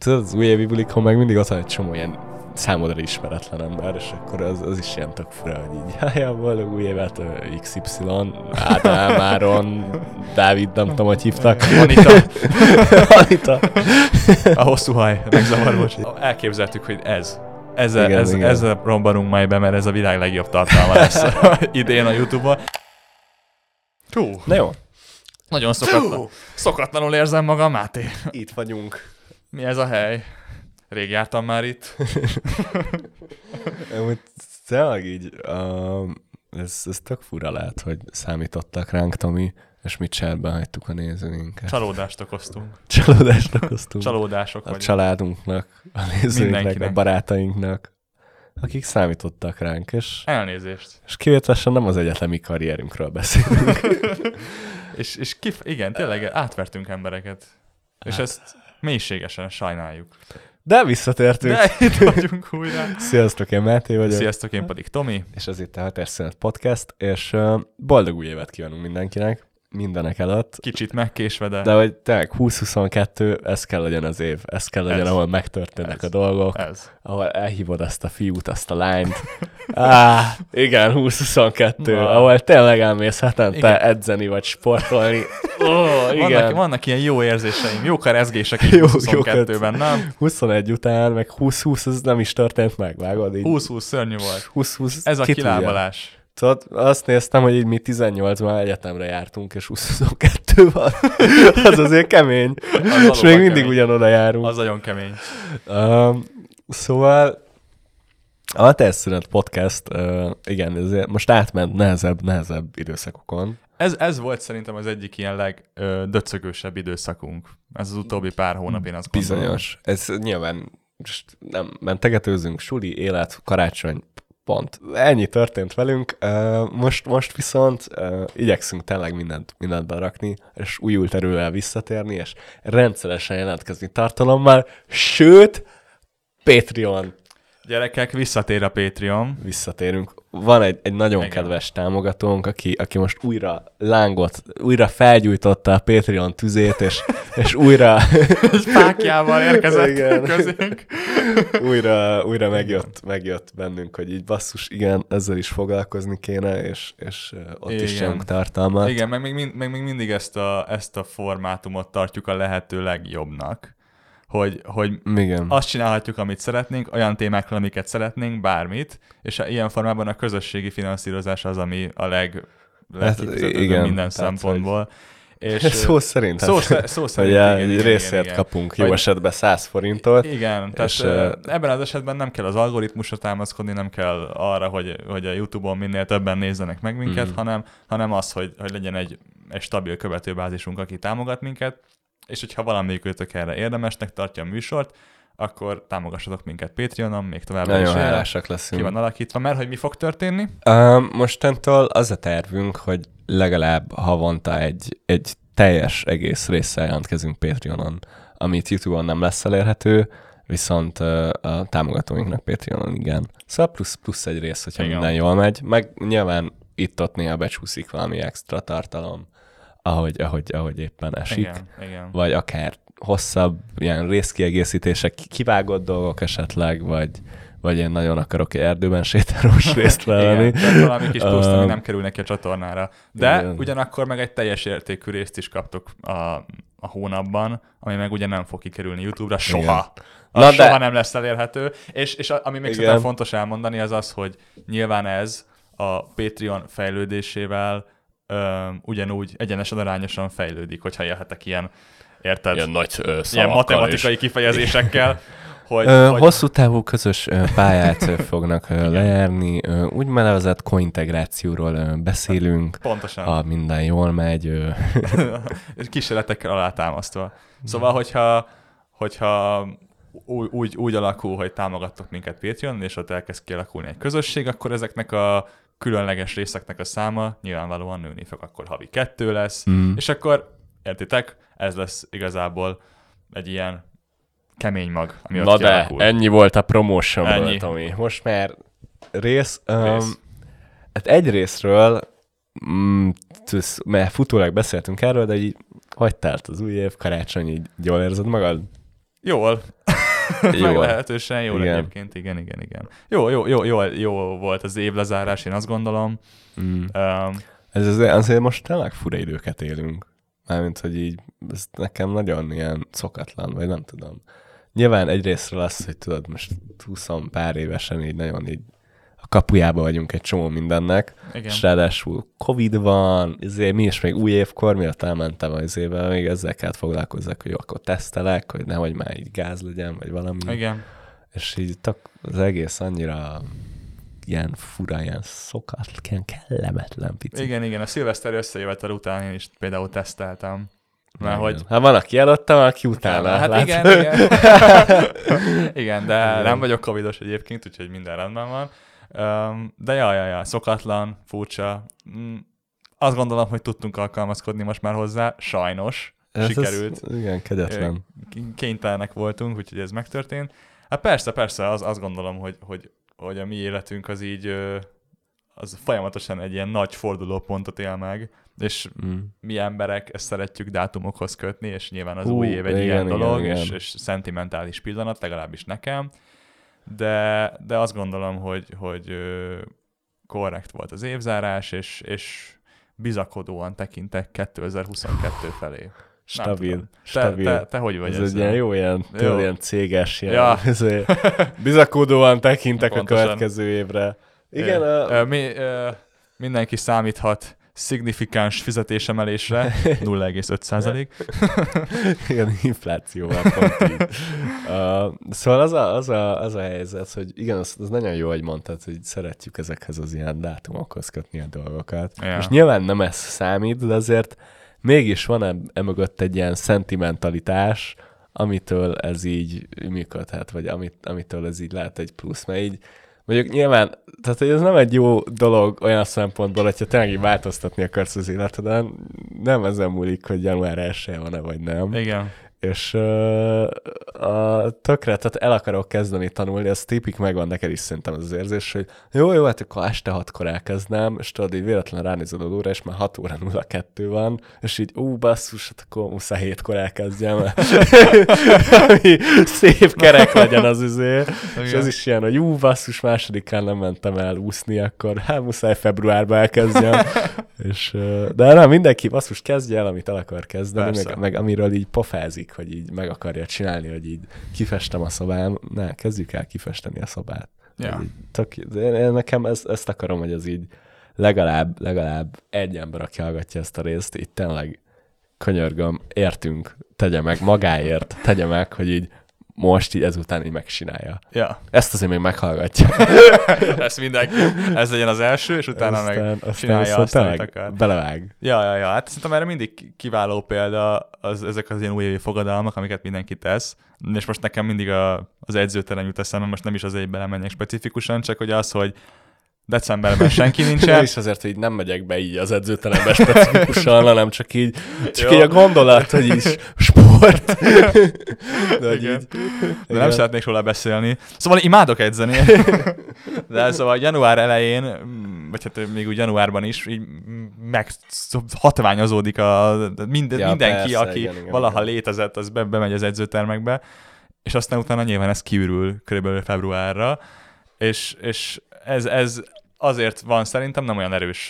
tudod, az újévi bulikon meg mindig ott van egy csomó ilyen számodra ismeretlen ember, és akkor az is ilyen tök fura, hogy így, ja, boldog új évet, XY, Ádám, Áron, Dávid, nem tudom, hogy hívtak. Anita. A hosszú haj, megzavarvos. Elképzeltük, hogy ezzel robbanunk majd be, mert ez a világ legjobb tartalma lesz idén a YouTube-on. Na jó. Nagyon szokatlanul érzem magam, Máté. Itt vagyunk. Mi ez a hely? Rég jártam már itt. Tényleg így, ez tök fura lehet, hogy számítottak ránk, Tomi, és mit cserben hagytuk a nézőinket. Csalódást okoztunk. Csalódások a vagyunk. Családunknak, a nézőinknek, Mindenkinek. a barátainknak, akik számítottak ránk, és Elnézést. kivételesen nem az egyetemi karrierünkről beszélünk. Igen, tényleg átvertünk embereket. És ezt mélységesen sajnáljuk. De visszatértünk. De itt vagyunk újra. Sziasztok, én Máté vagyok. Sziasztok, én pedig Tomi. És ez itt a Hatásszünet Podcast, és boldog új évet kívánunk mindenkinek, mindenek előtt. Kicsit megkésve, De hogy tényleg 2022, ez kell legyen az év. Ez kell legyen, ahol megtörténnek a dolgok. Ahol elhívod azt a fiút, azt a lányt. Igen, 2022, ahol tényleg elmész hetente edzeni vagy sportolni. Igen. Vannak ilyen jó érzéseim, jó karezgések így 2022-ben, nem? 21 után, meg 2020, ez nem is történt meg, vágod így. 20-20 szörnyű volt. 20-20, ez a kilábalás. Tudod, azt néztem, hogy így mi 18-ban egyetemre jártunk, és 22 van. Az azért kemény. És még mindig kemény. Ugyanoda járunk. Az nagyon kemény. Szóval a Hatásszünet Podcast, igen, ezért most átment nehezebb időszakokon. Ez volt szerintem az egyik ilyen legdöcögősebb időszakunk. Ez az utóbbi pár hónap, én azt gondolom. Bizonyos. Ez nyilván nem mentegetőzünk, suli, élet, karácsony, pont. Ennyi történt velünk. Most viszont igyekszünk tényleg mindent berakni, és újult erővel visszatérni, és rendszeresen jelentkezni tartalommal, sőt, Patreon. Gyerekek, visszatér a Patreon. Visszatérünk. Van egy nagyon kedves támogatónk, aki most újra felgyújtotta a Patreon tüzét, és újra... Fákjával érkezett közénk. újra megjött bennünk, hogy így basszus, igen, ezzel is foglalkozni kéne, és ott igen. is csinálunk tartalmat. Igen, meg még mindig ezt a formátumot tartjuk a lehető legjobbnak. Hogy igen. azt csinálhatjuk, amit szeretnénk, olyan témákról, amiket szeretnénk, bármit, és ilyen formában a közösségi finanszírozás az, ami a legkifizetőbb minden szempontból. És szó szerint. Szó szerint, igen, részért kapunk jó esetben 100 forintot. Igen, tehát ebben az esetben nem kell az algoritmusra támaszkodni, nem kell arra, hogy a YouTube-on minél többen nézzenek meg minket, hanem az, hogy legyen egy stabil követőbázisunk, aki támogat minket, és hogyha valamelyikőtök erre érdemesnek tartja a műsort, akkor támogassatok minket Patreonon, még továbbra is hálásak leszünk. Ki van alakítva, mert hogy mi fog történni? Mostantól az a tervünk, hogy legalább havonta egy teljes egész résszel jelentkezünk Patreonon, amit YouTube-on nem lesz elérhető, viszont a támogatóinknak Patreonon igen. Szóval plusz egy rész, hogyha igen. Minden jól megy, meg nyilván itt-ott néha becsúszik valami extra tartalom, ahogy éppen esik. Igen. Vagy akár hosszabb ilyen részkiegészítések, kivágott dolgok esetleg, vagy én nagyon akarok egy erdőben sétálós részt venni. Igen, valami kis pluszt, ami nem kerül neki a csatornára. De igen. Ugyanakkor meg egy teljes értékű részt is kaptok a hónapban, ami meg ugye nem fog kikerülni YouTube-ra soha. Soha nem lesz elérhető. És ami még szerintem fontos elmondani, az az, hogy nyilván ez a Patreon fejlődésével ugyanúgy egyenesen arányosan fejlődik, hogyha élhetek ilyen, érted? Ilyen nagy ilyen matematikai kifejezésekkel. Hogy hosszú távú közös pályát fognak lejárni, úgy nevezett kointegrációról beszélünk. Pontosan. Ha minden jól megy. Kísérletekkel alátámasztva. Szóval, hogyha úgy alakul, hogy támogattok minket Patreon, és ott elkezd kialakulni egy közösség, akkor ezeknek a különleges részeknek a száma nyilvánvalóan nőni fog, akkor havi 2 lesz, és akkor, értitek, ez lesz igazából egy ilyen kemény mag, ami ott kialakul. Na de, ennyi volt a promotion, Tomi. Most már rész. Hát egy részről, mert futólag beszéltünk erről, de így hogy telt az új év, karácsony, így jól érzed magad? Jól. Meglehetősen jól egyébként, igen. Jó volt az évlezárás, én azt gondolom. Azért most tényleg fura időket élünk. Mármint, hogy így, ez nekem nagyon ilyen szokatlan, vagy nem tudom. Nyilván egyrésztről az, hogy tudod, most 20 pár évesen így nagyon így a kapujába vagyunk egy csomó mindennek, igen. És ráadásul Covid van, mi is még új évkor, miatt elmentem az évvel, még ezzel kellett foglalkozzak, hogy jó, akkor tesztelek, hogy nehogy már így gáz legyen, vagy valami. Igen. És így az egész annyira ilyen fura, ilyen szokatlan, ilyen kellemetlen picit. Igen, a szilveszter összejövetel után én is például teszteltem. Mert hogy... Hát van, aki előtte, van, aki utána. Hát igen. Igen, de igen. Nem vagyok covidos egyébként, úgyhogy minden rendben van. De ja, szokatlan, furcsa. Azt gondolom, hogy tudtunk alkalmazkodni most már hozzá, sajnos. Sikerült. Igen, kegyetlen. Kénytelenek voltunk, úgyhogy ez megtörtént. Hát persze, azt gondolom, hogy a mi életünk az így az folyamatosan egy ilyen nagy fordulópontot él meg, és mi emberek ezt szeretjük dátumokhoz kötni, és nyilván az új év egy ilyen dolog, és szentimentális pillanat, legalábbis nekem, de azt gondolom, hogy korrekt volt az évzárás, és bizakodóan tekintek 2022 felé. Stabil. Te hogy vagy ez ezzel? Ez egy ilyen jó, ilyen céges, ilyen, bizakodóan tekintek a következő évre. Igen. Mindenki számíthat szignifikáns fizetésemelésre, 0,5%. Igen, inflációval pont így. Szóval az a helyzet, hogy igen, az nagyon jó, hogy mondtad, hogy szeretjük ezekhez az ilyen dátumokhoz kötni a dolgokat. Ja. És nyilván nem ez számít, de azért mégis van emögött egy ilyen szentimentalitás, amitől ez így működhet, vagy amitől ez így lehet egy plusz, mert így mondjuk nyilván, tehát ez nem egy jó dolog olyan szempontból, hogyha tényleg így változtatni akarsz az életeden, nem ezen múlik, hogy január 1-e van-e, vagy nem. Igen. És tökre, tehát el akarok kezdeni tanulni, az tipik megvan neked is szerintem az érzés, hogy jó, hát akkor este 6-kor elkezdem, és tudod, így véletlenül ránézed az óra, és már 6 óra 02 van, és így, basszus, hát akkor muszáj 7-kor elkezdjem, ami szép kerek legyen az izé. És az is ilyen, hogy basszus, másodikán nem mentem el úszni, akkor muszáj februárban elkezdjem. És, de nem, mindenki basszus kezdje el, amit el akar kezdeni, meg amiről így pofázik, hogy így meg akarja csinálni, hogy így kifestem a szobám. Kezdjük el kifesteni a szobát. Ja. Nekem ezt akarom, hogy az így legalább egy ember, aki hallgatja ezt a részt, így tényleg könyörgöm, értünk, tegye meg, magáért tegye meg, hogy így most így ezután így megcsinálja. Ja. Ezt azért még meghallgatja. Ezt mindenki. Ez legyen az első, és utána meg csinálja azt, amit akar. Belevág. Ja. Hát szerintem erre mindig kiváló példa ezek az ilyen újévi fogadalmak, amiket mindenki tesz. És most nekem mindig az edzőterem jut eszembe, most nem is az belemenjek specifikusan, csak hogy az, hogy decemberben senki nincsen. És azért, hogy nem megyek be így az edzőterembe specifikusan, hanem csak így a gondolat, hogy így sport. De, így, de nem szeretnék róla beszélni. Szóval imádok edzeni. De szóval január elején, vagy hát még úgy januárban is, így meghatványozódik mindenki, persze, aki igen, valaha létezett, az bemegy az edzőtermekbe, és aztán utána nyilván ez kiürül körülbelül februárra, és ez azért van szerintem nem olyan erős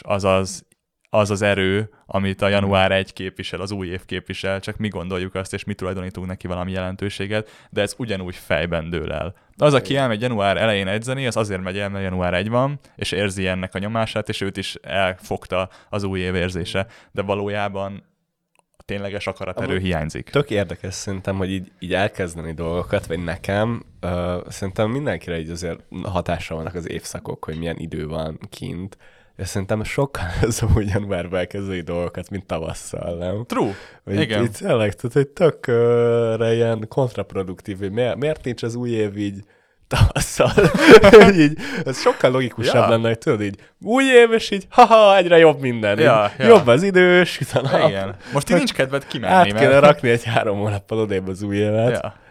az erő, amit a január 1 képvisel, az új év képvisel, csak mi gondoljuk azt, és mi tulajdonítunk neki valami jelentőséget, de ez ugyanúgy fejben dől el. Az, aki elmegy január elején edzeni, az azért megy el, mert január 1 van, és érzi ennek a nyomását, és őt is elfogta az új év érzése, de valójában a tényleges akaraterő hiányzik. Tök érdekes szerintem, hogy így elkezdeni dolgokat, vagy nekem, szerintem mindenkire így azért hatással vannak az évszakok, hogy milyen idő van kint, és szerintem sokkal az amúgy januárban elkezdeni dolgokat, mint tavasszal, nem? True. Igen. Itt tényleg, tehát hogy tökre ilyen kontraproduktív, hogy miért nincs az új év így tavasszal. Így, ez sokkal logikusabb lenne, hogy tudod így új év, és így egyre jobb minden. Jobb az idős, igen. Most így nincs kedved kimenni. Át kéne rakni egy 3 hónappal odébb az új évet.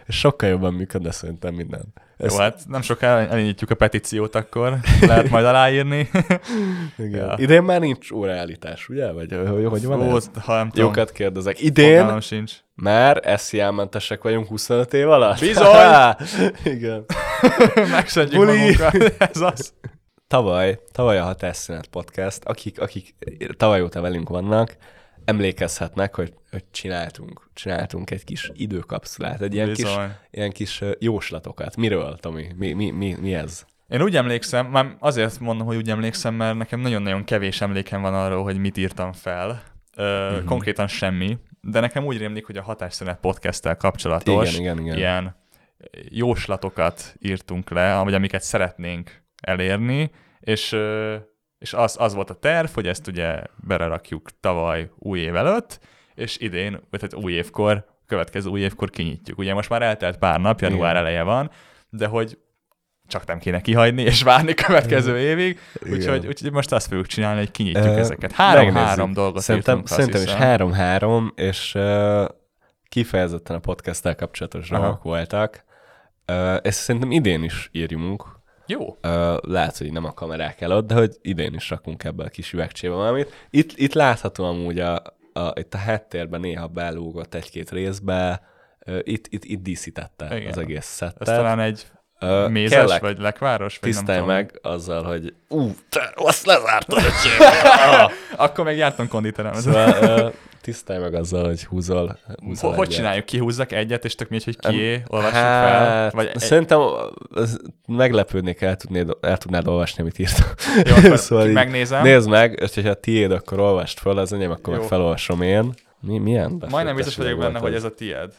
és sokkal jobban működne szerintem minden. Jó, hát nem soká elindítjuk a petíciót akkor, lehet majd aláírni. Igen. Ja. Idén már nincs óraállítás, ugye? Vagy hogy van ez? Ha nem tudom. Jókat kérdezek. Idén sincs. már SZIA-mentesek vagyunk 25 év alatt? Bizony! Igen. Megszedjük magunkat, ez az. Tavaly a Hatásszünet Podcast, akik tavaly óta velünk vannak, emlékezhetnek, hogy csináltunk egy kis időkapszulát, egy ilyen kis jóslatokat. Miről, Tomi? Mi ez? Én úgy emlékszem, már azért mondom, hogy úgy emlékszem, mert nekem nagyon-nagyon kevés emlékem van arról, hogy mit írtam fel. Konkrétan semmi, de nekem úgy rémlik, hogy a Hatásszünet Podcast-tel kapcsolatos igen. ilyen jóslatokat írtunk le, amiket szeretnénk elérni, és az volt a terv, hogy ezt ugye belerakjuk tavaly új év előtt, és idén, vagy új évkor, következő új évkor kinyitjuk. Ugye most már eltelt pár nap, január eleje van, de hogy csak nem kéne kihagyni és várni következő évig, úgyhogy most azt fogjuk csinálni, hogy kinyitjuk ezeket. 3 dolgot írtunk. Szerintem is 3, és kifejezetten a podcasttel kapcsolatos dolgok voltak. És szerintem idén is írjunk. Jó. Lehet, hogy nem a kamerák előtt, de hogy idén is rakunk ebbe a kis üvegcsébe valamit. Itt látható amúgy itt a háttérben néha belúgott egy-két részbe, itt díszítette az egész szettet. Ez talán egy mézes vagy lekváros? Tisztelj meg azzal, hogy te azt lezártad a Akkor meg jártam konditerem. Szóval tisztelj meg azzal, hogy húzol hogy csináljuk? Kihúzzak egyet, és tök mindegy, hogy kié, olvassuk fel? Vagy szerintem meglepődnék, el tudnád olvasni, amit írtam. Jó, akkor szóval megnézem. Nézd meg, és hogyha tiéd, akkor olvast fel, az enyém, akkor meg felolvasom én. Milyen? Majdnem biztos vagyok benne, hogy ez a tiéd.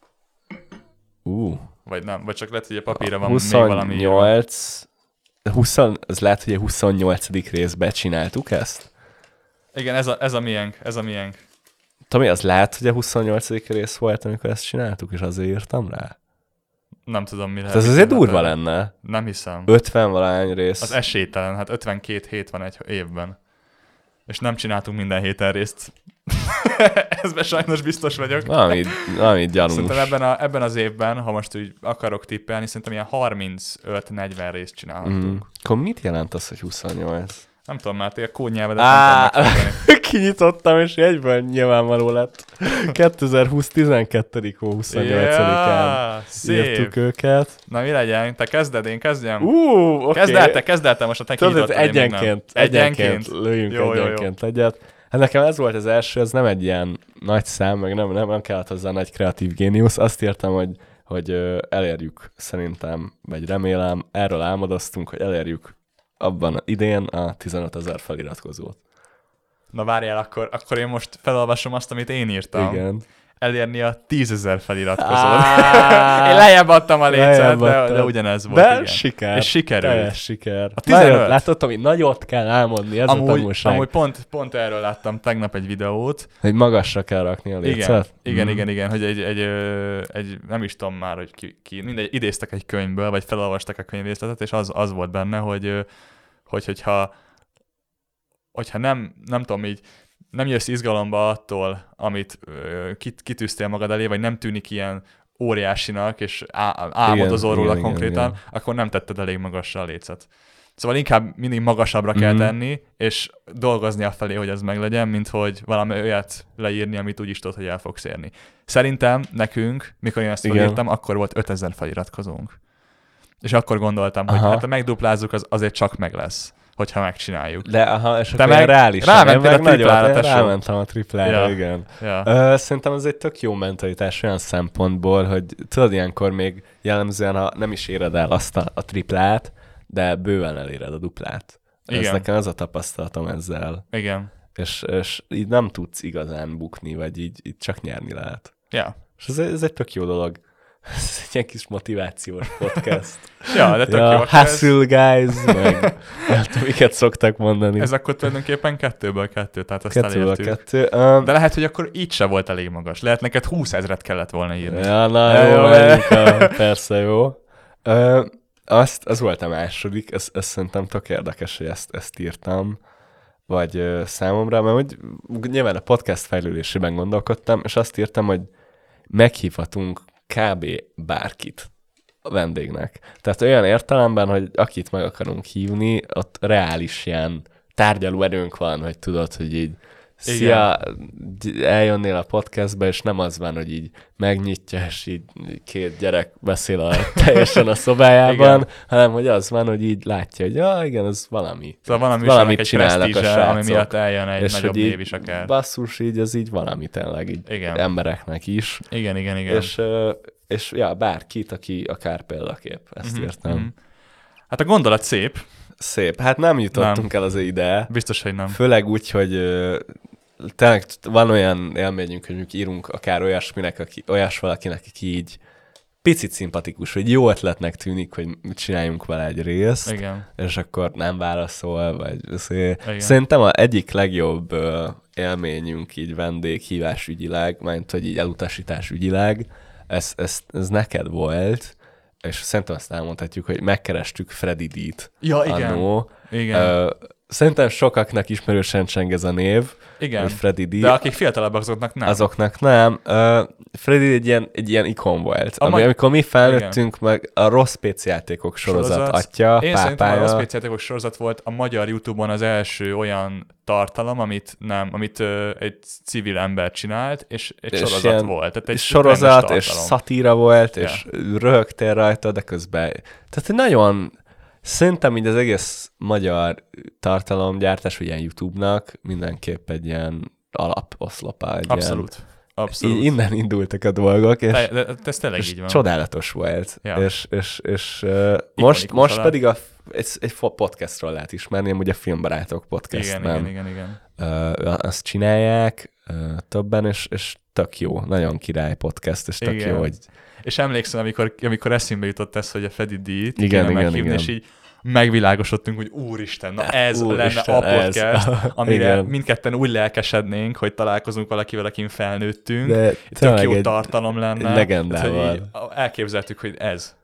Vagy nem, vagy csak lehet, hogy a papírra van 28, még valami. 20, ez lehet, hogy a 28. részben csináltuk ezt? Igen, ez a miénk. Tomi, az lehet, hogy a 28. rész volt, amikor ezt csináltuk, és azért írtam rá? Nem tudom, mi lehet. Ez azért durva lenne. Nem hiszem. 50-valány rész. Az esélytelen, hát 52 hét van egy évben. És nem csináltunk minden héten részt. Ezben sajnos biztos vagyok. Valamit gyanús. Szerintem ebben az évben, ha most úgy akarok tippelni, szerintem ilyen 35-40 részt csinálhatunk. Akkor mit jelent az, hogy 28? Nem tudom, már a kódnyelvedet nem tudom megfogni. Kinyitottam, és egyből nyilvánvaló lett. 2020 12. hó 28-án írtuk őket. Na mi legyen? Te kezded, én kezdjem? Okay. Kezd el te most a te kinyitottad. Egyenként lőjünk egyenként egyet. Hát nekem ez volt az első, ez nem egy ilyen nagy szám, meg nem kellett hozzá nagy kreatív géniusz. Azt írtam, hogy elérjük szerintem, vagy remélem, erről álmodoztunk, hogy elérjük abban idén a 15 000 feliratkozót. Na várjál, akkor én most felolvasom azt, amit én írtam. Igen. Elérni a 10 000 feliratkozót. Én lejjebb adtam a lécet, de ugyanez volt. De igen. Siker. És sikerült. Teljes siker. A 15. Látod, hogy nagyot kell álmodni, ez a tanulság. Amúgy pont erről láttam tegnap egy videót. Hogy magasra kell rakni a lécet? Igen, hogy egy nem is tudom már, hogy ki mindegy, idéztek egy könyvből, vagy felolvastak a könyvrészletet, és az volt benne, hogyha nem tudom így, nem jössz izgalomba attól, amit kitűztél magad elé, vagy nem tűnik ilyen óriásinak, és álmodozol róla konkrétan, akkor nem tetted elég magasra a lécet. Szóval inkább mindig magasabbra kell tenni, és dolgozni afelé, hogy ez meglegyen, mint hogy valami olyat leírni, amit úgy is tudod, hogy el fogsz érni. Szerintem nekünk, mikor én ezt felírtam, akkor volt 5000 feliratkozónk. És akkor gondoltam, hogy hát ha megduplázzuk, azért csak meg lesz, hogyha megcsináljuk. De és akkor meg reálisan. Rámentél a triplára, rámentem a triplára, ja. igen. Ja. Szerintem ez egy tök jó mentalitás olyan szempontból, hogy tudod, ilyenkor még jellemzően, ha nem is éred el azt a triplát, de bőven eléred a duplát. Igen. Ez nekem az a tapasztalatom ezzel. Igen. És így nem tudsz igazán bukni, vagy így csak nyerni lehet. Ja. És ez egy tök jó dolog. Ez egy ilyen kis motivációs podcast. Ja, de tök jó. Hustle guys, meg miket szoktak mondani. Ez akkor tulajdonképpen 2-ből 2, tehát azt elértük. 2. De lehet, hogy akkor így se volt elég magas. Lehet neked 20 000-et kellett volna írni. Ja, na jó, persze jó. Az volt a második, ez szerintem tök érdekes, hogy ezt írtam, vagy számomra, mert hogy nyilván a podcast fejlődésében gondolkodtam, és azt írtam, hogy meghívhatunk kb. Bárkit a vendégnek. Tehát olyan értelemben, hogy akit meg akarunk hívni, ott reális ilyen tárgyaló erőnk van, hogy tudod, hogy így szia, eljönnél a podcastbe, és nem az van, hogy így megnyitja, és így két gyerek beszél teljesen a szobájában, hanem hogy az van, hogy így látja, hogy igen, ez valami. Szóval valamit csinálnak a srácok. Ami miatt eljön egy nagyobb név is akár. Basszus, így ez így valami tényleg így embereknek is. Igen. És bárkit, aki akár példakép, ezt értem. Hát a gondolat szép. Szép. Hát nem jutottunk el az ide. Biztos, hogy nem. Főleg úgy, hogy tényleg van olyan élményünk, hogy mondjuk írunk akár olyas valakinek, aki így picit szimpatikus, hogy jó ötletnek tűnik, hogy csináljunk vele egy részt, és akkor nem válaszol, vagy szerintem az egyik legjobb élményünk így vendéghívás ügyileg, mert hogy így elutasítás ügyileg, ez neked volt, és szerintem azt elmondhatjuk, hogy megkerestük Freddy D-t. Ja, igen. Szerintem sokaknak ismerősen cseng ez a név, hogy Freddy D. De akik fiatalabbak, azoknak nem. Freddy egy ilyen ikon volt. Amikor mi felnőttünk, meg a Rossz Pécjátékok sorozat atya, Én szerintem a Rossz Pécjátékok sorozat volt a magyar YouTube-on az első olyan tartalom, amit egy civil ember csinált, és egy sorozat volt. Tehát egy sorozat, és szatíra volt, és röhögtél rajta, de közben... Tehát nagyon... Szerintem így az egész magyar tartalomgyártás, ilyen YouTube-nak mindenképp egy ilyen alaposzlopa. Abszolút. Így innen indultak a dolgok, és, ez tényleg így van. Csodálatos volt. Ja. És most pedig egy podcastról lehet ismerni, amúgy a Filmbarátok podcast. Igen. Azt csinálják többen, és tök jó, nagyon király podcast, és tök jó, hogy... És emlékszem, amikor eszünkbe jutott ez, hogy a Freddy D-t kéne meghívni, és így megvilágosodtunk, hogy úristen, ez lenne a podcast, amire mindketten úgy lelkesednénk, hogy találkozunk valakivel, akin felnőttünk. Tök jó tartalom lenne. Legendával. Elképzeltük, hogy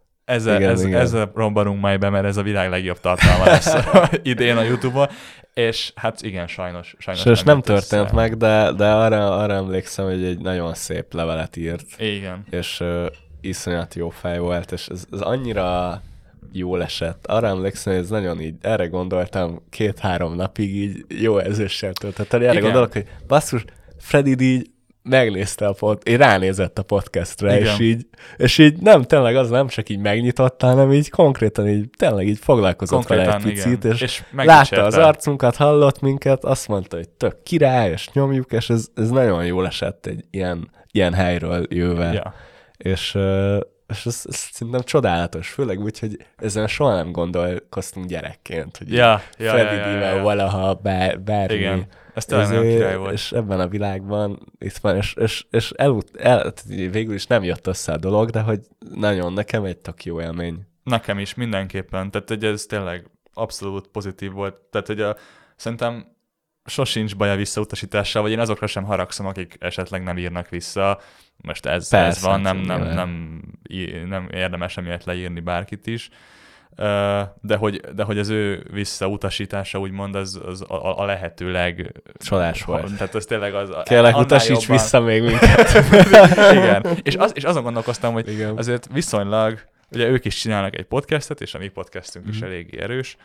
ezzel rombanunk majd be, mert ez a világ legjobb tartalma lesz idén a YouTube-on. És hát igen, sajnos nem történt meg, de arra emlékszem, hogy egy nagyon szép levelet írt. Igen. És iszonyat jó fej volt, és ez annyira jól esett. Arra emlékszem, hogy ez nagyon így, erre gondoltam 2-3 napig így jó érzéssel töltött. Erre gondolok, hogy basszus, Freddy így megnézte én ránézett a podcastra, és így tényleg az nem csak így megnyitotta, hanem így konkrétan így tényleg így foglalkozott vele egy picit, és látta az arcunkat, hallott minket, azt mondta, hogy tök király, és nyomjuk, és ez nagyon jól esett egy ilyen helyről jöve. Ja. És ez szerintem csodálatos, főleg úgy, hogy ezen soha nem gondolkoztunk gyerekként, hogy Freddy D-vel valaha bármi. Igen. Ez talán nagyon király volt. És ebben a világban itt van, és végül is nem jött össze a dolog, de hogy nagyon nekem egy tök jó élmény. Nekem is, mindenképpen. Tehát hogy ez tényleg abszolút pozitív volt. Tehát hogy szerintem sosincs baj a visszautasítással, vagy én azokra sem haragszom, akik esetleg nem írnak vissza. Most ez van, nem érdemes emiatt leírni bárkit is. De hogy az ő visszautasítása, úgymond, az a lehető csodás volt. Tehát az tényleg az... Kérlek, utasíts vissza még minket. Igen. És azon gondolkoztam, hogy azért viszonylag, ugye ők is csinálnak egy podcastet, és a mi podcastünk is eléggé erős.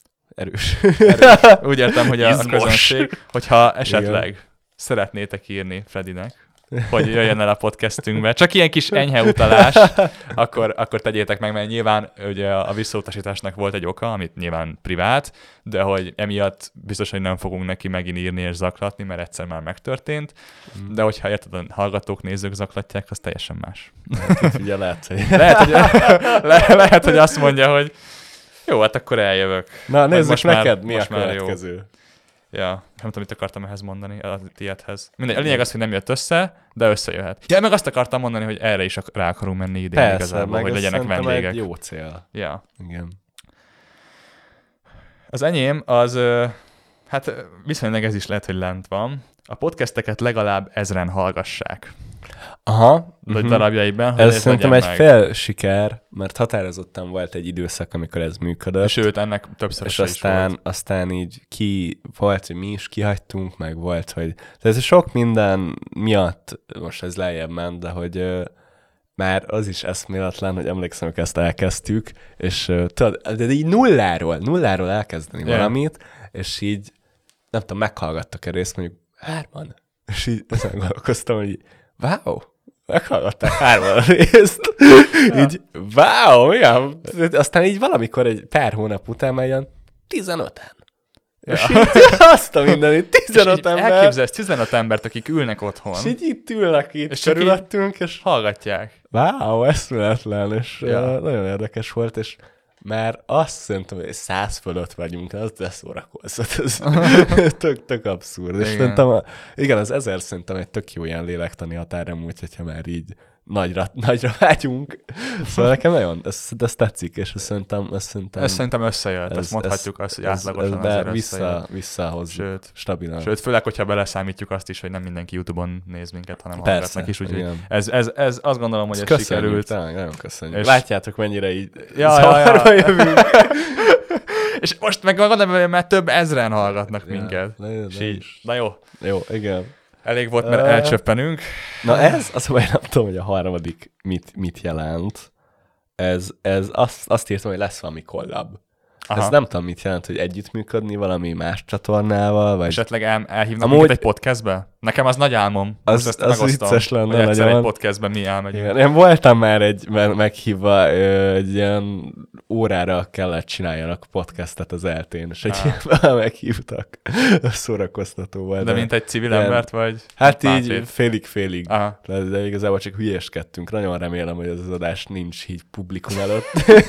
Úgy értem, hogy a közönség, hogyha esetleg szeretnétek írni Fredinek, hogy jöjjön el a podcastünkbe. Csak ilyen kis enyhe utalás, akkor tegyétek meg, mert nyilván ugye a visszautasításnak volt egy oka, amit nyilván privát, de hogy emiatt biztos, hogy nem fogunk neki megint írni és zaklatni, mert egyszer már megtörtént, de hogyha érted, a hallgatók, nézők zaklatják, az teljesen más. Ugye lehet, hogy azt mondja, hogy jó, hát akkor eljövök. Na, nézzük neked, mi a következő. Ja, nem tudom, mit akartam ehhez mondani, a tiédhez. Mindegy, a lényeg az, hogy nem jött össze, de összejöhet. Ja, meg azt akartam mondani, hogy erre is rá akarunk menni idén. Persze, igazából, hogy legyenek vendégek. Egy jó cél. Ja. Igen. Az enyém az, hát viszonylag ez is lehet, hogy lent van. A podcasteket legalább 1000-en hallgassák. Aha. Darabjaiban. Ez szerintem egy fél siker, mert határozottan volt egy időszak, amikor ez működött. Sőt, ennek többször is volt. Aztán így volt, hogy mi is kihagytunk, meg volt, hogy... Tehát ez sok minden miatt, most ez lejjebb ment, de hogy már az is eszméletlen, hogy emlékszem, hogy ezt elkezdtük, és tudod, de így nulláról elkezdeni valamit, és így, nem tudom, meghallgattak egy részt, mondjuk 3-an, és így ezen gondolkoztam, hogy wow, meghallgatták 3-an a részt, így wow, milyen, aztán így valamikor egy pár hónap után már ilyen 15-en. És így azt a mindenit, 15 ember. Elképzelsz 15 embert, akik ülnek otthon. És így itt ülnek itt körülöttünk, és hallgatják. Wow, eszméletlen, és nagyon érdekes volt, és már azt szerintem, hogy 100 fölött vagyunk, az de szórakoztat, ez tök abszurd. És szerintem, az 1000 szerintem egy tök jó ilyen lélektani határem, úgyhogy már így nagyra vágyunk. Szóval nekem nagyon, ez tetszik, és szerintem összejött, ezt mondhatjuk azt, hogy átlagosan azért visszahozzuk stabilan. Sőt, főleg, hogyha beleszámítjuk azt is, hogy nem mindenki YouTube-on néz minket, hanem hallgatnak is, úgyhogy ez azt gondolom, hogy ez sikerült. Nagyon köszönjük. És látjátok, mennyire így zavarba jövünk. És most meg gondolom, hogy már több ezren hallgatnak minket. Na jó. Jó, igen. Elég volt, mert elcsöppenünk. Na ez, azt mondom, nem tudom, hogy a harmadik mit jelent. Ez azt írtam, hogy lesz valami collab. Ez nem tudom, mit jelent, hogy együttműködni valami más csatornával, vagy... Esetleg elhívnak minket egy podcastbe? Nekem az nagy álmom. Az vicces lenne hogy egyszer egy podcastben mi elmegyünk. Én voltam már meghívva egy ilyen órára kellett csináljanak podcastet az eltén, és egy ilyen meghívtak. Szórakoztató volt. De mint egy civil embert, vagy? Hát így félig. De igazából csak hülyeskedtünk. Nagyon remélem, hogy ez az adás nincs így publikum előtt.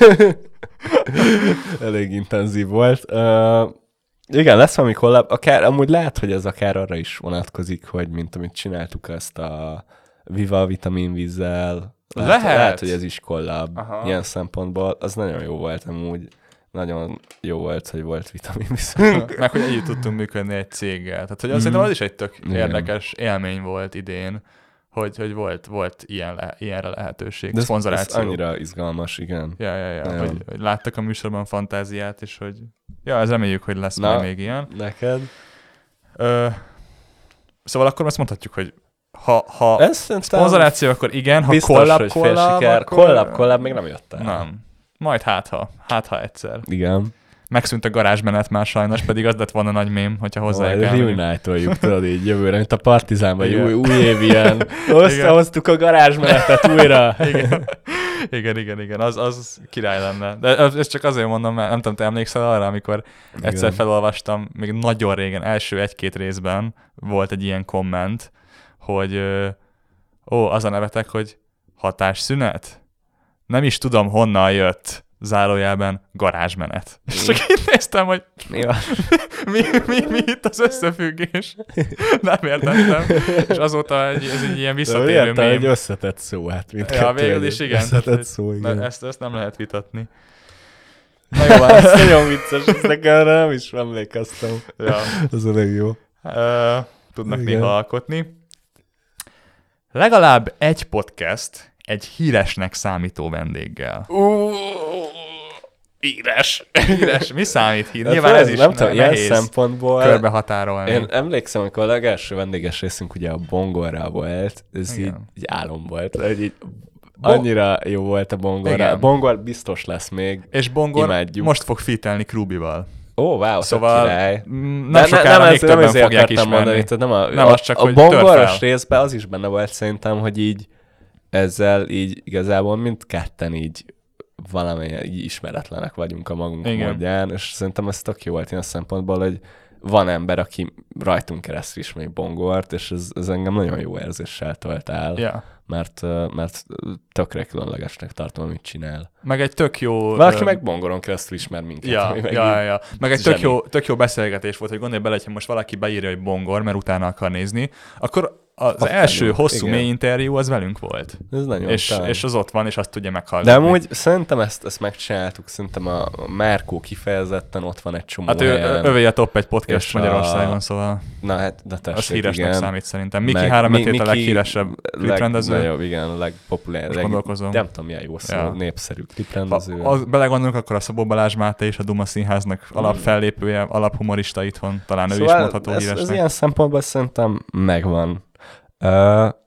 Elég intenzív volt. Igen, lesz valami collab. Amúgy lehet, hogy ez akár arra is vonatkozik, hogy mint amit csináltuk ezt a Viva vitaminvízzel. Lehet, hogy ez is collab ilyen szempontból. Az nagyon jó volt amúgy. Nagyon jó volt, hogy volt vitaminvízünk. Meg, hogy együtt tudtunk működni egy céggel. Tehát, hogy szerintem az is egy tök érdekes élmény volt idén, hogy volt ilyenre lehetőség, szponzoráció. Ez annyira izgalmas, igen. Ja. Hogy láttak a műsorban fantáziát, és hogy ez reméljük, hogy lesz majd még ilyen. Neked? Szóval akkor azt mondhatjuk, hogy ha szponzoráció, akkor igen, ha collab még nem jött el. Nem. Majd hát ha egyszer. Igen. Megszűnt a garázsmenet már sajnos, pedig az lett volna nagy mém, hogyha hozzájuk kell. Reunite-oljuk, tudod így jövőre, mint a Partizánban, új év ilyen. Összehoztuk a garázsmenetet újra. Igen, az király lenne. De ezt csak azért mondom, mert nem tudom, te emlékszel arra, amikor egyszer felolvastam, még nagyon régen, első 1-2 részben volt egy ilyen komment, hogy az a nevetek, hogy hatásszünet? Nem is tudom, honnan jött. Zárójelben garázsmenet. És csak itt néztem, hogy mi itt az összefüggés. Nem értettem. És azóta ez egy ilyen visszatérő mém. Egy összetett szó, hát mindkettő. Végül is igen. Összetett szó, igen. Ezt nem lehet vitatni. Na jó, ez nagyon vicces, ezt nekem nem is emlékeztem. Ja. Ez a legjobb. Tudnak néha alkotni. Legalább egy podcast egy híresnek számító vendéggel. Híres. Mi számít hír? Nyilván ez is nem tudom, ilyen szempontból körbehatárolni. Én emlékszem, amikor a legelső vendéges részünk ugye a Bongorra volt, ez így álom volt. Annyira jó volt a Bongorra. A Bongor biztos lesz még. És Bongor most fog fitelni Krubival. Wow, szóval király. Nem sokára még többen fogják ismerni. Nem az csak, a Bongoros részben az is benne volt szerintem, hogy így ezzel így igazából mindketten így valamilyen így ismeretlenek vagyunk a magunk módján, és szerintem ez tök jó volt ilyen szempontból, hogy van ember, aki rajtunk keresztül ismeri Bongort, és ez engem nagyon jó érzéssel tölt el, mert tökre különlegesnek tartom, amit csinál. Meg egy tök jó... Valaki meg Bongoron keresztül ismer minket. Ja. Meg egy tök jó beszélgetés volt, hogy gondolj bele, hogy most valaki beírja, hogy Bongor, mert utána akar nézni, akkor az első hosszú mély interjú az velünk volt. Ez nagyon és az ott van, és azt tudja meghallgatni. De amúgy szerintem ezt megcsináltuk, szerintem a Márkó kifejezetten ott van egy csomó helyen. Övé a top 1 podcast Magyarországon, szóval na hát, de tessék, az híresnek számít szerintem. Miki 3 a leghíresebb kliprendező. Jó, igen, a legpopulárebb. Nem tudom, milyen jó szó, népszerű kliprendező. Belegondolunk, akkor a Szabó Balázs Máté és a Duma Színháznak alapfellépője, alaphumorista itthon. Talán ő is mondható híresnek. Ez ilyen szempontból szerintem megvan.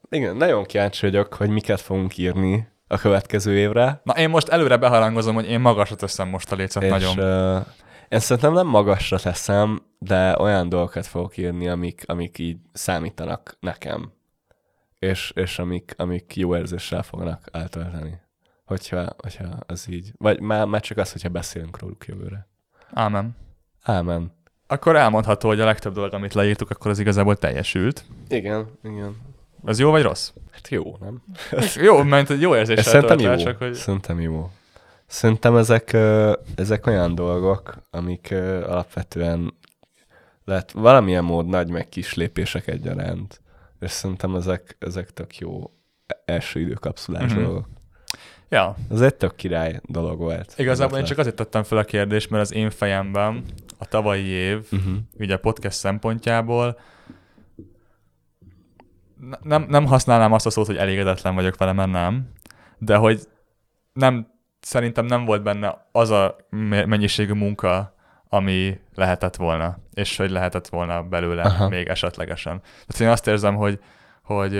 Igen, nagyon kíváncsi vagyok, hogy miket fogunk írni a következő évre. Na én most előre beharangozom, hogy én magasra teszem most a lécet és, nagyon. Én szerintem nem magasra teszem, de olyan dolgokat fogok írni, amik így számítanak nekem. És amik jó érzéssel fognak eltölteni. Hogyha az így. Vagy már csak az, hogyha beszélünk róluk jövőre. Ámen. Akkor elmondható, hogy a legtöbb dolog, amit leírtuk, akkor az igazából teljesült. Igen. Az jó vagy rossz? Hát jó, nem? Jó, mert jó érzéssel töltve, csak hogy... Szerintem jó. Szerintem ezek olyan dolgok, amik alapvetően lehet valamilyen mód nagy meg kis lépések egyaránt. És szerintem ezek tök jó első időkapszulás dolgok. Ja. Ez egy tök király dolog volt. Igazából én csak azért tettem fel a kérdést, mert az én fejemben a tavalyi év, ugye a podcast szempontjából nem használnám azt a szót, hogy elégedetlen vagyok vele, mert nem, de hogy szerintem nem volt benne az a mennyiségű munka, ami lehetett volna, és hogy lehetett volna belőle még esetlegesen. Tehát én azt érzem, hogy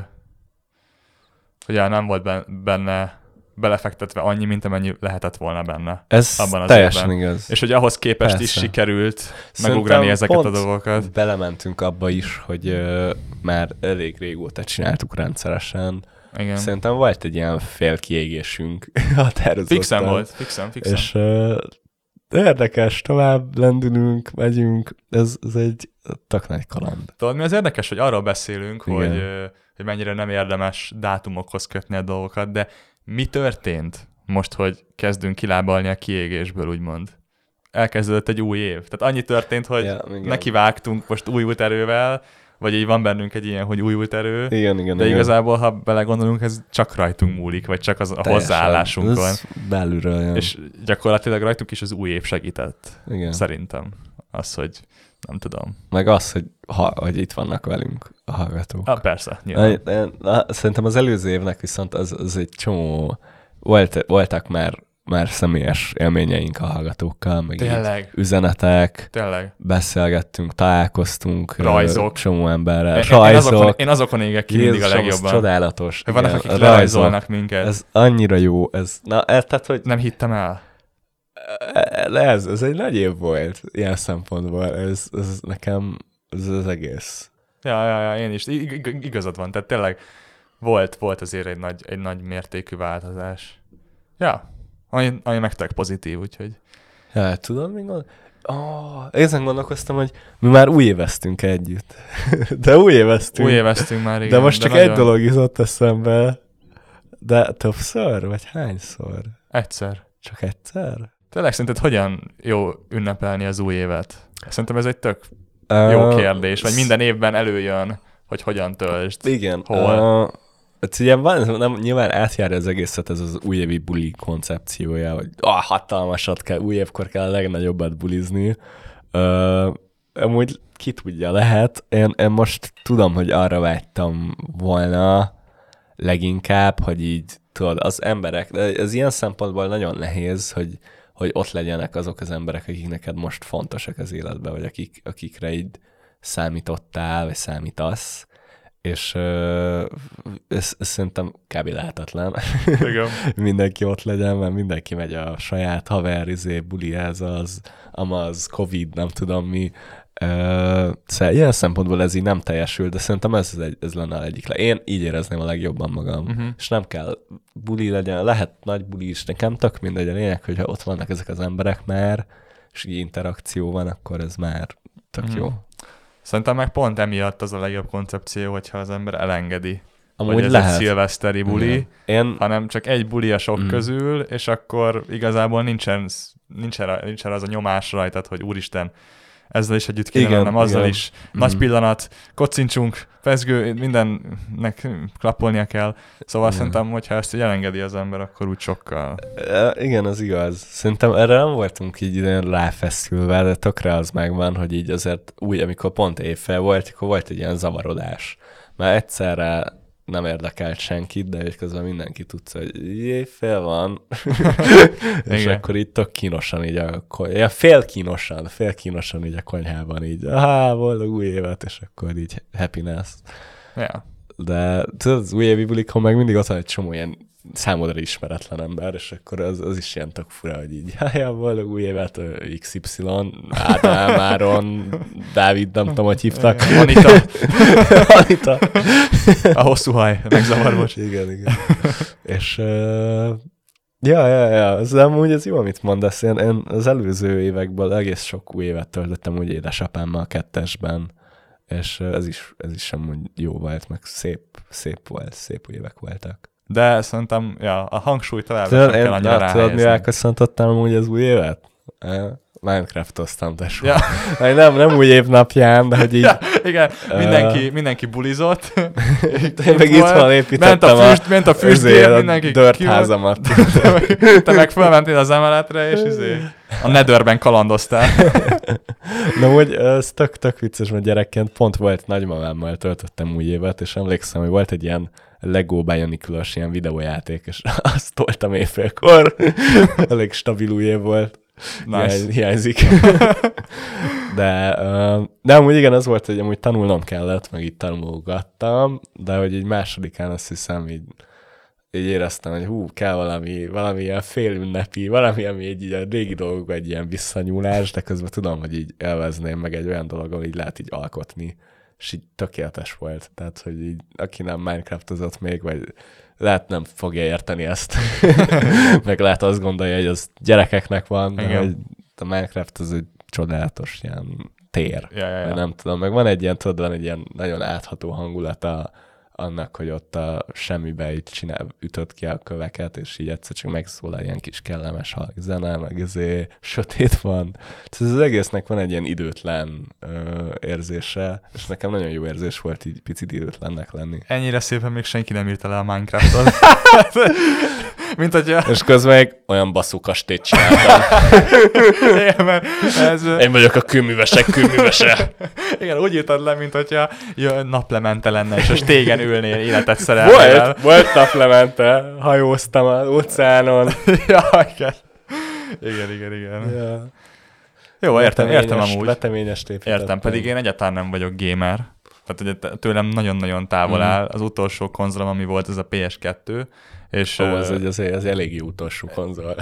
nem volt benne belefektetve annyi, mint amennyi lehetett volna benne. Ez abban az teljesen évben. Igaz. És hogy ahhoz képest is sikerült megugrani ezeket a dolgokat. Belementünk abba is, hogy már elég régóta csináltuk rendszeresen. Igen. Szerintem volt egy ilyen fél kiégésünk határozottan. Fixen volt, fixen. És érdekes, tovább lendülünk, megyünk, ez egy tök nagy kaland. Tudod, mi az érdekes, hogy arról beszélünk, hogy mennyire nem érdemes dátumokhoz kötni a dolgokat, de mi történt most, hogy kezdünk kilábalni a kiégésből, úgymond? Elkezdődött egy új év. Tehát annyi történt, hogy nekivágtunk most újult erővel, vagy így van bennünk egy ilyen, hogy újult erő. Igen. De igazából, ha belegondolunk, ez csak rajtunk múlik, vagy csak a hozzáállásunkon. Ez belülről jön. És gyakorlatilag rajtunk is az új év segített. Igen. Szerintem. Az, hogy nem tudom. Meg az, hogy itt vannak velünk a hallgatók. Persze, nyilván. Szerintem az előző évnek viszont az egy csomó, voltak már személyes élményeink a hallgatókkal, meg így üzenetek, beszélgettünk, találkoztunk, rajzok, csomó emberrel, rajzok. Én azokon égek ki mindig a legjobban. Csodálatos. Hogy vannak, akik rajzolnak minket. Ez annyira jó. Tehát, hogy nem hittem el. Ez egy nagy év volt ilyen szempontból. Ez nekem az egész. Ja, én is. Igazad van. Tehát tényleg volt azért egy nagy mértékű változás. Ja. Ami meg tök pozitív, úgyhogy... Ja, tudod, még ezen gondolkoztam, hogy mi már újéveztünk együtt. De újéveztünk már, igen. De most csak egy dolog jutott eszembe. De többször? Vagy hányszor? Egyszer. Csak egyszer? Tényleg szerinted hogyan jó ünnepelni az új évet? Szerintem ez egy tök jó kérdés, vagy minden évben előjön, hogy hogyan töltsd. Igen. Hol. Ugye nyilván átjárja az egészet ez az újévi buli koncepciója, hogy hatalmasat kell, új évkor kell a legnagyobbat bulizni. Amúgy ki tudja, lehet. Én most tudom, hogy arra vágytam volna leginkább, hogy így tudod, az emberek, de ez ilyen szempontból nagyon nehéz, hogy ott legyenek azok az emberek, akik neked most fontosak az életben, vagy akikre így számítottál, vagy számítasz. És ez szerintem kb. Lehetetlen. Mindenki ott legyen, mert mindenki megy a saját haver, bulihez, az Covid, nem tudom mi. Szóval ilyen szempontból ez így nem teljesül, de szerintem ez lenne a egyik. Én így érezném a legjobban magam. És nem kell buli legyen, lehet nagy buli is, nekem tök mindegy, a lényeg, hogyha ott vannak ezek az emberek már, és így interakció van, akkor ez már tök jó. Szerintem meg pont emiatt az a legjobb koncepció, hogyha az ember elengedi. Amúgy hogy ez lehet. egy szilveszteri buli, hanem csak egy buli a sok közül, és akkor igazából nincsen az a nyomás rajtad, hogy úristen, ezzel is együtt kéne lennem, azzal is. Nagy pillanat, kocincsunk, pezgő, mindennek klappolnia kell. Szóval szerintem, hogyha ezt így elengedi az ember, akkor úgy sokkal. Igen, az igaz. Szerintem erre nem voltunk így ilyen ráfeszülve, de tökre az megvan, hogy így azért úgy, amikor pont évfél volt, akkor volt egy ilyen zavarodás. Már egyszerre nem érdekelt senkit, de közben mindenki tudsz, hogy évfél van. És akkor így tök kínosan így ilyen fél kínosan így a konyhában így, boldog új évet, és akkor így happiness. Ja. De tudod, az újévi bulikon meg mindig ott van egy csomó ilyen számodra ismeretlen ember, és akkor az is ilyen tök fura, hogy így, boldog új évet, XY, Ádám, Áron, Dávid, nem tudom, hogy hívtak. Anita. A hosszú haj, megzavarvos. Igen. És az amúgy ez jó, amit mondasz. Én az előző évekből egész sok új évet töltöttem úgy édesapámmal 2-esben, és ez is amúgy jó volt, meg szép volt, szép évek voltak. De szerintem, a hangsúly továbbra sem kell annyira ráhelyezni. Tudod, mivel köszöntöttem amúgy az új évet? Minecraftoztam, tesó. Nem új év napján, de hogy így... Igen, mindenki bulizott. Én meg itt van építettem ment a füstgép, mindenki dörtházamat. Te meg fölmentél az emeletre, és a Netherben kalandoztál. Na, hogy ez tök vicces, mert gyerekként pont volt nagymamámmal töltöttem új évet, és emlékszem, hogy volt egy ilyen Lego Bionicle-os ilyen videójáték, és azt toltam éjfélkor. Elég stabil új év volt. Nice. Hiányzik. De amúgy igen, az volt, hogy amúgy tanulnom kellett, meg így tanulgattam, de hogy egy másodikán azt hiszem így éreztem, hogy kell valami ilyen félünnepi, valami, ami így a régi dolgokban egy ilyen visszanyúlás, de közben tudom, hogy így élvezném meg egy olyan dologgal, így lehet így alkotni, és így tökéletes volt. Tehát, hogy így aki nem Minecraftozott még, vagy lehet nem fogja érteni ezt. Meg lehet azt gondolja, hogy az gyerekeknek van, de hogy a Minecraft az egy csodálatos ilyen tér. Ja. Nem tudom, meg van egy ilyen nagyon átható hangulata annak, hogy ott a semmibe így ütött ki a köveket, és így egyszer csak megszólal ilyen kis kellemes zene, meg sötét van. Tehát az egésznek van egy ilyen időtlen érzése, és nekem nagyon jó érzés volt így picit időtlennek lenni. Ennyire szépen még senki nem írta le a Minecraftot. Mint hogyha... És közben még olyan baszó kastélyt csináltam. Igen, mert ez... Én vagyok a kőművese. Igen, úgy írtad le, mint hogyha naplemente lenne, és most tégen ülnél életet szerelmével. Volt naplemente, hajóztam az óceánon. Igen. Ja. Jó, értem amúgy. Veteményes építettem. Értem, pedig én egyáltalán nem vagyok gamer. Tehát ugye tőlem nagyon-nagyon távol áll. Az utolsó konzolom, ami volt, ez a PS2. És, az eléggé utolsó konzol.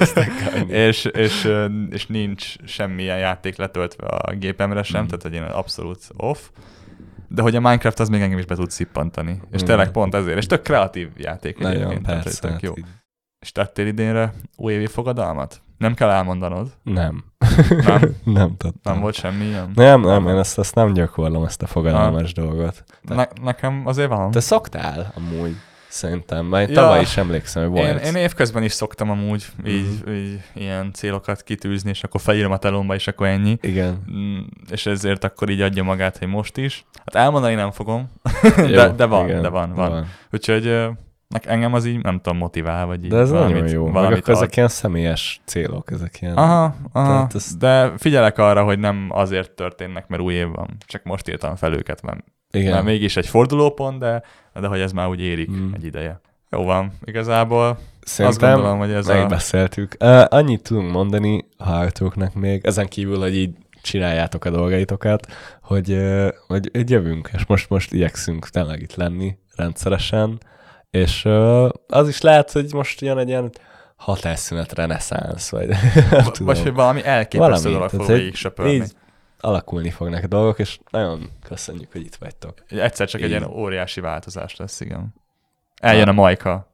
és nincs semmilyen játék letöltve a gépemre sem, tehát hogy én abszolút off. De hogy a Minecraft az még engem is be tud szippantani. És tényleg pont ezért. És tök kreatív játék egyébként. Persze, tök jó. És tettél idénre újévi fogadalmat? Nem kell elmondanod? Nem. Nem tudtam. Volt semmi ilyen? Nem, én ezt nem gyakorlom, ezt a fogadalmas dolgot. Nekem azért van. Te szoktál amúgy? Szerintem. Majd tavaly is emlékszem, hogy volt. Én évközben is szoktam amúgy így ilyen célokat kitűzni, és akkor felírom a telomba, és akkor ennyi. Igen. És ezért akkor így adja magát, hogy most is. Hát elmondani nem fogom, de van. Úgyhogy engem az így nem tudom motivál, vagy így. De ez nagyon jó. Meg akkor ezek ilyen személyes célok, ezek ilyen... Aha. De figyelek arra, hogy nem azért történnek, mert új év van. Csak most írtam fel őket, mert mégis egy fordulópont, de hogy ez már úgy érik egy ideje. Jó van, igazából szerintem azt gondolom, hogy ez megbeszéltük. Annyit tudunk mondani a hallgatóknak még, ezen kívül, hogy így csináljátok a dolgaitokat, hogy jövünk, és most igyekszünk tényleg itt lenni rendszeresen, és az is lehet, hogy most jön egy ilyen hatásszünet reneszánsz, vagy hogy valami elképesztő dolog fog végig söpörni. Alakulni fognak a dolgok, és nagyon köszönjük, hogy itt vagytok. Egyszer csak egy ilyen óriási változás lesz, igen. Eljön a Majka.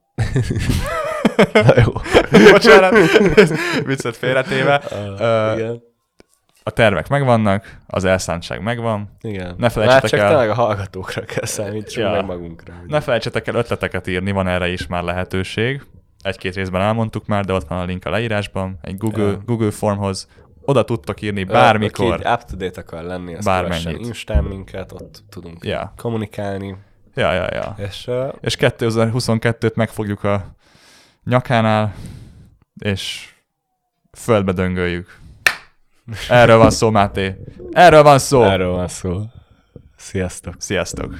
Na jó. Bocsánat, viccet félretéve. Igen. A tervek megvannak, az elszántság megvan. Igen. Ne felejtsetek el... tényleg a hallgatókra kell számítsunk, meg magunkra. Ugye. Ne felejtsetek el ötleteket írni, van erre is már lehetőség. 1-2 részben elmondtuk már, de ott van a link a leírásban, egy Google formhoz. Oda tudtok írni bármikor. Aki up-to-date akar lenni, azt keressen Instán minket, ott tudunk kommunikálni. Ja. És 2022-t megfogjuk a nyakánál, és földbe döngöljük. Erről van szó, Máté. Erről van szó. Sziasztok.